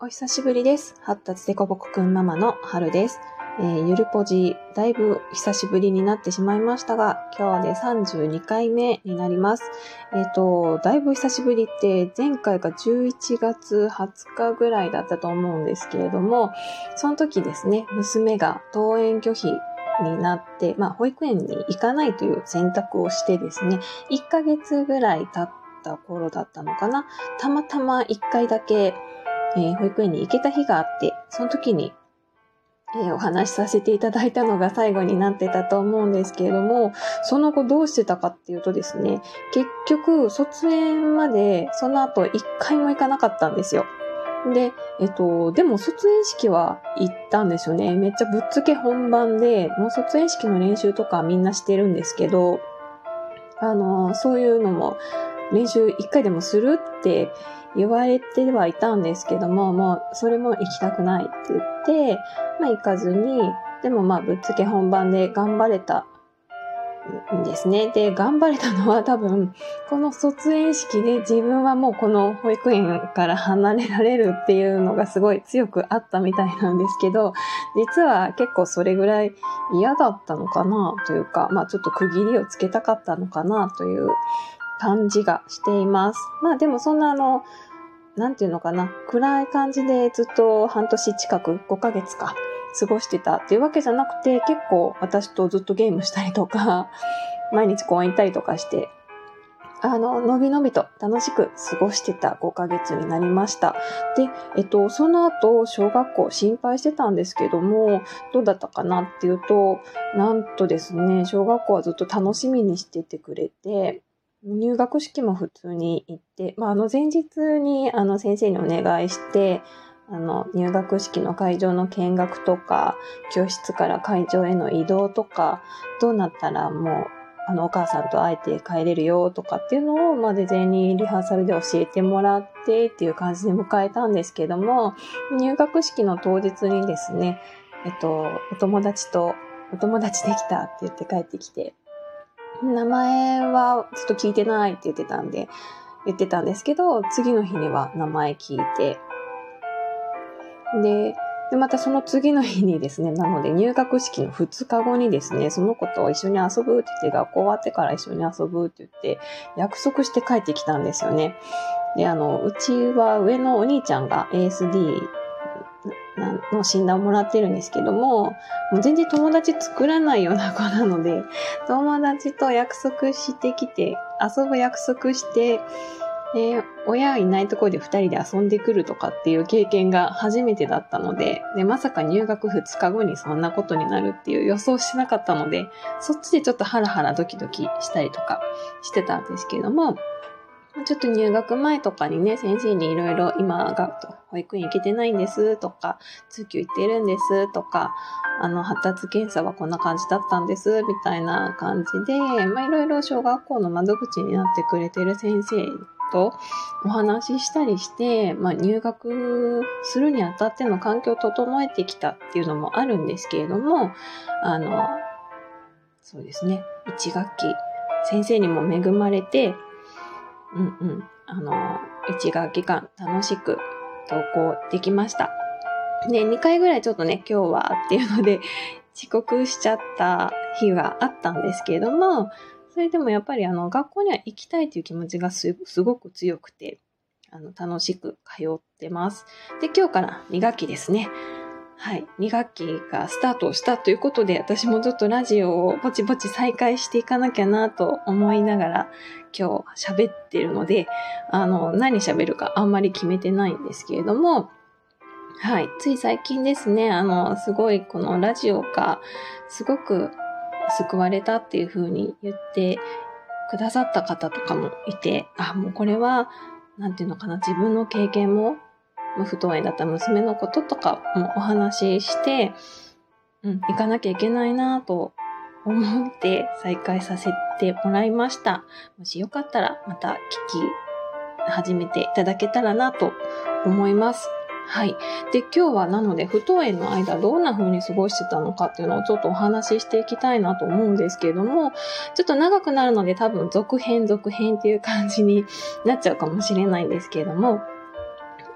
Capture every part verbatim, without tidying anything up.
お久しぶりです。発達でこぼこくんママの春です。えー、ゆるぽじ、だいぶ久しぶりになってしまいましたが、今日でさんじゅうにかいめになります。えっと、だいぶ久しぶりって前回がじゅういちがつはつかぐらいだったと思うんですけれども、その時ですね、娘が登園拒否になって、まあ、保育園に行かないという選択をしてですね、いっかげつぐらい経った頃だったのかな。たまたまいっかいだけえー、保育園に行けた日があって、その時に、えー、お話しさせていただいたのが最後になってたと思うんですけれども、その後どうしてたかっていうとですね、結局卒園までその後一回も行かなかったんですよ。で、えっと、でも卒園式は行ったんですよね。めっちゃぶっつけ本番で、もう卒園式の練習とかみんなしてるんですけど、あの、そういうのも練習一回でもするって言われてはいたんですけども、もうそれも行きたくないって言って、まあ行かずに、でもまあぶっつけ本番で頑張れたんですね。で、頑張れたのは多分、この卒園式で自分はもうこの保育園から離れられるっていうのがすごい強くあったみたいなんですけど、実は結構それぐらい嫌だったのかなというか、まあちょっと区切りをつけたかったのかなという感じがしています。まあでもそんなあの、なんていうのかな、暗い感じでずっと半年近く、ごかげつか、過ごしてたっていうわけじゃなくて、結構私とずっとゲームしたりとか、毎日公園行ったりとかして、あの、のびのびと楽しく過ごしてたごかげつになりました。で、えっと、その後、小学校心配してたんですけども、どうだったかなっていうと、なんとですね、小学校はずっと楽しみにしててくれて、入学式も普通に行って、まあ、あの前日にあの先生にお願いして、あの入学式の会場の見学とか、教室から会場への移動とか、どうなったらもうあのお母さんと会えて帰れるよとかっていうのを、まあ、事前にリハーサルで教えてもらってっていう感じで迎えたんですけども、入学式の当日にですね、えっと、お友達と、お友達できたって言って帰ってきて、名前はちょっと聞いてないって言ってたんで、言ってたんですけど、次の日には名前聞いて、で、でまたその次の日にですね、なので入学式のふつかごにですね、その子と一緒に遊ぶって言って、学校終わってから一緒に遊ぶって言って、約束して帰ってきたんですよね。で、あの、うちは上のお兄ちゃんが エーエスディー、の診断をもらってるんですけども、もう全然友達作らないような子なので、友達と約束してきて、遊ぶ約束して、で親いないところでふたりで遊んでくるとかっていう経験が初めてだったので、でまさか入学ふつかごにそんなことになるっていう予想しなかったので、そっちでちょっとハラハラドキドキしたりとかしてたんですけども、ちょっと入学前とかにね、先生にいろいろ今が保育園行けてないんですとか、通級行ってるんですとか、あの発達検査はこんな感じだったんですみたいな感じで、まあいろいろ小学校の窓口になってくれてる先生とお話ししたりして、まあ入学するにあたっての環境を整えてきたっていうのもあるんですけれども、あの、そうですね、いち学期先生にも恵まれて、うんうん。あの、いち学期間楽しく登校できました。で、にかいぐらいちょっとね、今日はっていうので遅刻しちゃった日があったんですけれども、それでもやっぱりあの、学校には行きたいという気持ちがす、すごく強くて、あの、楽しく通ってます。で、今日からに学期ですね。はい。に学期がスタートしたということで、私もちょっとラジオをぼちぼち再開していかなきゃなと思いながら今日喋ってるので、あの、何喋るかあんまり決めてないんですけれども、はい。つい最近ですね、あの、すごいこのラジオがすごく救われたっていう風に言ってくださった方とかもいて、あ、もうこれは、なんていうのかな、自分の経験も不登園だった娘のこととかもお話しして、うん、行かなきゃいけないなと思って再開させてもらいました。もしよかったらまた聞き始めていただけたらなと思います。はい。で、今日はなので不登園の間どんな風に過ごしてたのかっていうのをちょっとお話ししていきたいなと思うんですけれども、ちょっと長くなるので多分続編続編っていう感じになっちゃうかもしれないんですけれども、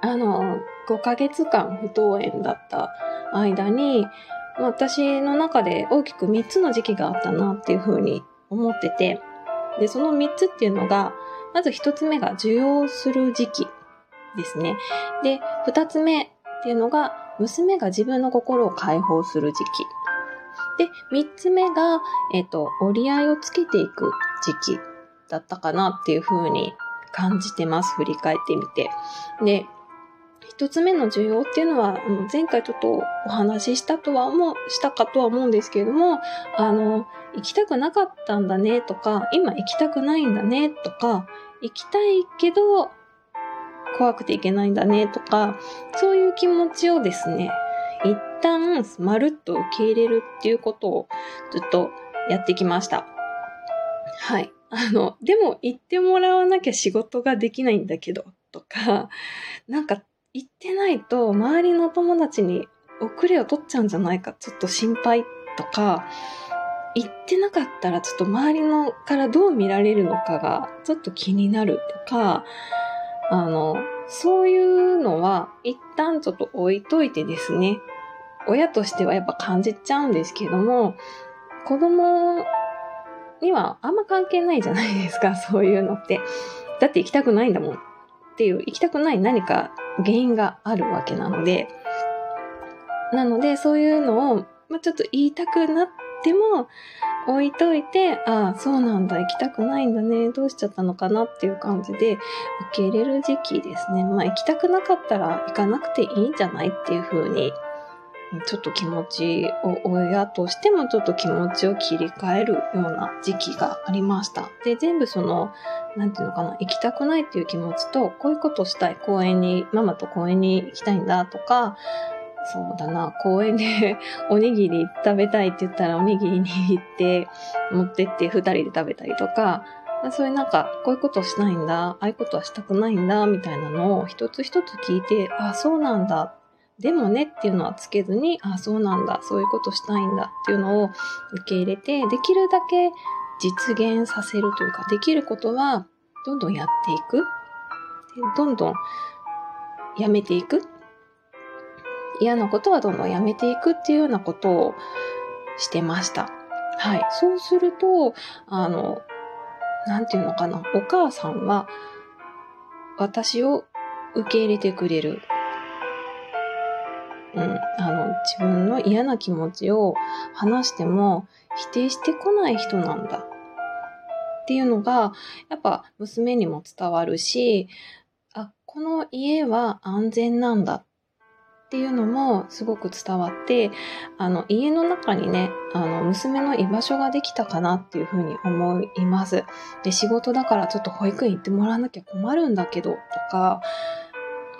あの、ごかげつかん不登園だった間に、私の中で大きくみっつの時期があったなっていうふうに思ってて、で、そのみっつっていうのが、まずひとつめが受容する時期ですね。で、ふたつめっていうのが、娘が自分の心を解放する時期。で、みっつめが、えっと、折り合いをつけていく時期だったかなっていうふうに感じてます。振り返ってみて。で、一つ目の需要っていうのは、前回ちょっとお話ししたとは思う、したかとは思うんですけれども、あの、行きたくなかったんだねとか、今行きたくないんだねとか、行きたいけど、怖くていけないんだねとか、そういう気持ちをですね、一旦まるっと受け入れるっていうことをずっとやってきました。はい。あの、でも行ってもらわなきゃ仕事ができないんだけど、とか、なんか行ってないと周りの友達に遅れを取っちゃうんじゃないか、ちょっと心配とか、行ってなかったらちょっと周りのからどう見られるのかがちょっと気になるとか、あの、そういうのは一旦ちょっと置いといてですね、親としてはやっぱ感じちゃうんですけども、子供にはあんま関係ないじゃないですか、そういうのって。だって行きたくないんだもんっていう、行きたくない何か原因があるわけなので、なのでそういうのを、まあ、ちょっと言いたくなっても置いといて、ああ、そうなんだ、行きたくないんだね、どうしちゃったのかなっていう感じで受け入れる時期ですね。まあ行きたくなかったら行かなくていいんじゃないっていう風に、ちょっと気持ちを、親としてもちょっと気持ちを切り替えるような時期がありました。で、全部その、なんていうのかな、行きたくないっていう気持ちと、こういうことしたい、公園に、ママと公園に行きたいんだとか、そうだな、公園でおにぎり食べたいって言ったらおにぎりに行って持ってって二人で食べたりとか、そういうなんかこういうことしたいんだ、ああいうことはしたくないんだみたいなのを一つ一つ聞いて、あ、そうなんだ、でもねっていうのはつけずに、あ、そうなんだ、そういうことしたいんだっていうのを受け入れて、できるだけ実現させるというか、できることはどんどんやっていく、でどんどんやめていく、嫌なことはどんどんやめていくっていうようなことをしてました。はい。そうすると、あの、なんていうのかな、お母さんは私を受け入れてくれる。うん、あの、自分の嫌な気持ちを話しても否定してこない人なんだっていうのが、やっぱ娘にも伝わるし、あ、この家は安全なんだっていうのもすごく伝わって、あの、家の中にね、あの、娘の居場所ができたかなっていうふうに思います。で、仕事だからちょっと保育園行ってもらわなきゃ困るんだけど、とか、うん、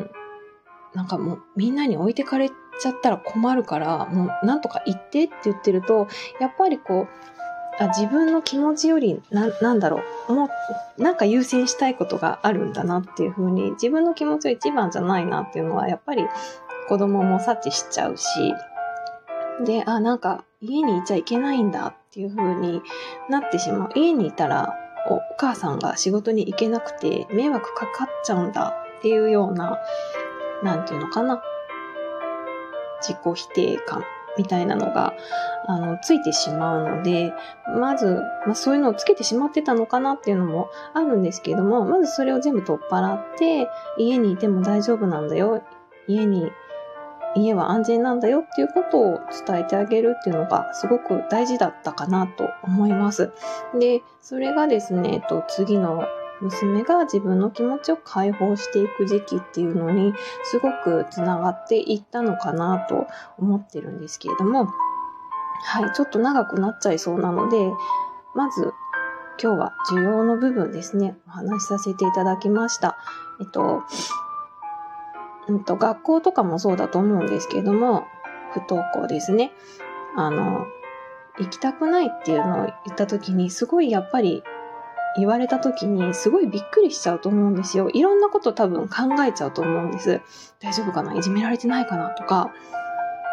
なんかもうみんなに置いてかれちゃったら困るから、もうなんとか言ってって言ってると、やっぱりこう、あ、自分の気持ちよりな、なんだろう、もうなんか優先したいことがあるんだなっていう風に、自分の気持ちは一番じゃないなっていうのはやっぱり子供も察知しちゃうし、で、あ、なんか家にいちゃいけないんだっていう風になってしまう。家にいたらお母さんが仕事に行けなくて迷惑かかっちゃうんだっていうような、なんていうのかな、自己否定感みたいなのがあのついてしまうので、まず、まあ、そういうのをつけてしまってたのかなっていうのもあるんですけれども、まずそれを全部取っ払って、家にいても大丈夫なんだよ、家に家は安全なんだよっていうことを伝えてあげるっていうのがすごく大事だったかなと思います。で、それがですね、えっと、次の娘が自分の気持ちを解放していく時期っていうのにすごくつながっていったのかなと思ってるんですけれども、はい、ちょっと長くなっちゃいそうなので、まず今日は需要の部分ですね、お話しさせていただきました。えっと、うんと、学校とかもそうだと思うんですけれども、不登校ですね。あの、行きたくないっていうのを言った時に、すごいやっぱり言われた時にすごいびっくりしちゃうと思うんですよ。いろんなこと多分考えちゃうと思うんです。大丈夫かな？いじめられてないかなとか、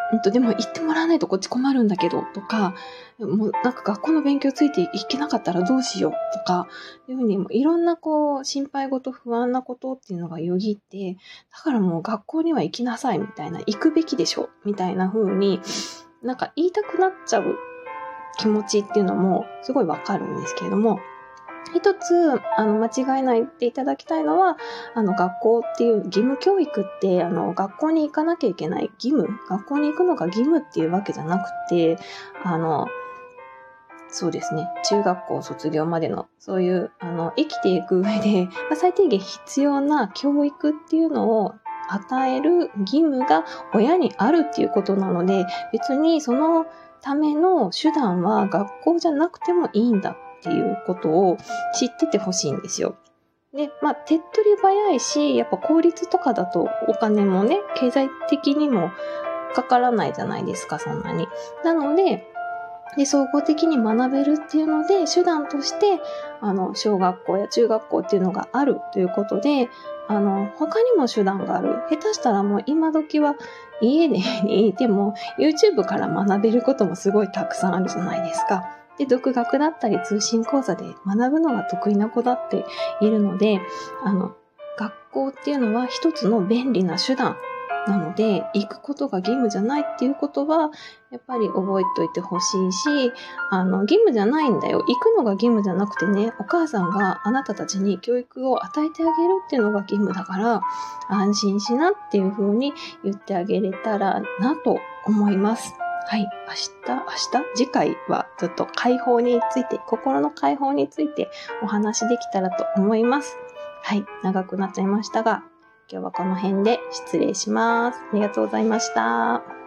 うんと、でも行ってもらわないとこっち困るんだけど、とか、もうなんか学校の勉強ついていけなかったらどうしよう、とか、いうふうにもういろんなこう、心配事、不安なことっていうのがよぎって、だからもう学校には行きなさい、みたいな、行くべきでしょ、みたいな風に、なんか言いたくなっちゃう気持ちっていうのもすごいわかるんですけれども、一つ、あの、間違えないでいただきたいのは、あの、学校っていう義務教育って、あの、学校に行かなきゃいけない義務、学校に行くのが義務っていうわけじゃなくて、あの、そうですね、中学校卒業までの、そういう、あの、生きていく上で、まあ、最低限必要な教育っていうのを与える義務が親にあるっていうことなので、別にそのための手段は学校じゃなくてもいいんだっていうことを知っててほしいんですよ。で、まあ、手っ取り早いし、やっぱ公立とかだとお金もね、経済的にもかからないじゃないですか、そんなに。なので、で、総合的に学べるっていうので、手段として、あの、小学校や中学校っていうのがあるということで、あの、他にも手段がある。下手したらもう今時は家でいても YouTube から学べることもすごいたくさんあるじゃないですか。で、独学だったり通信講座で学ぶのが得意な子だっているので、あの、学校っていうのは一つの便利な手段なので、行くことが義務じゃないっていうことは、やっぱり覚えておいてほしいし、あの、義務じゃないんだよ。行くのが義務じゃなくてね、お母さんがあなたたちに教育を与えてあげるっていうのが義務だから、安心しなっていう風に言ってあげれたらなと思います。はい。明日、明日次回はちょっと解放について、心の解放についてお話できたらと思います。はい。長くなっちゃいましたが、今日はこの辺で失礼します。ありがとうございました。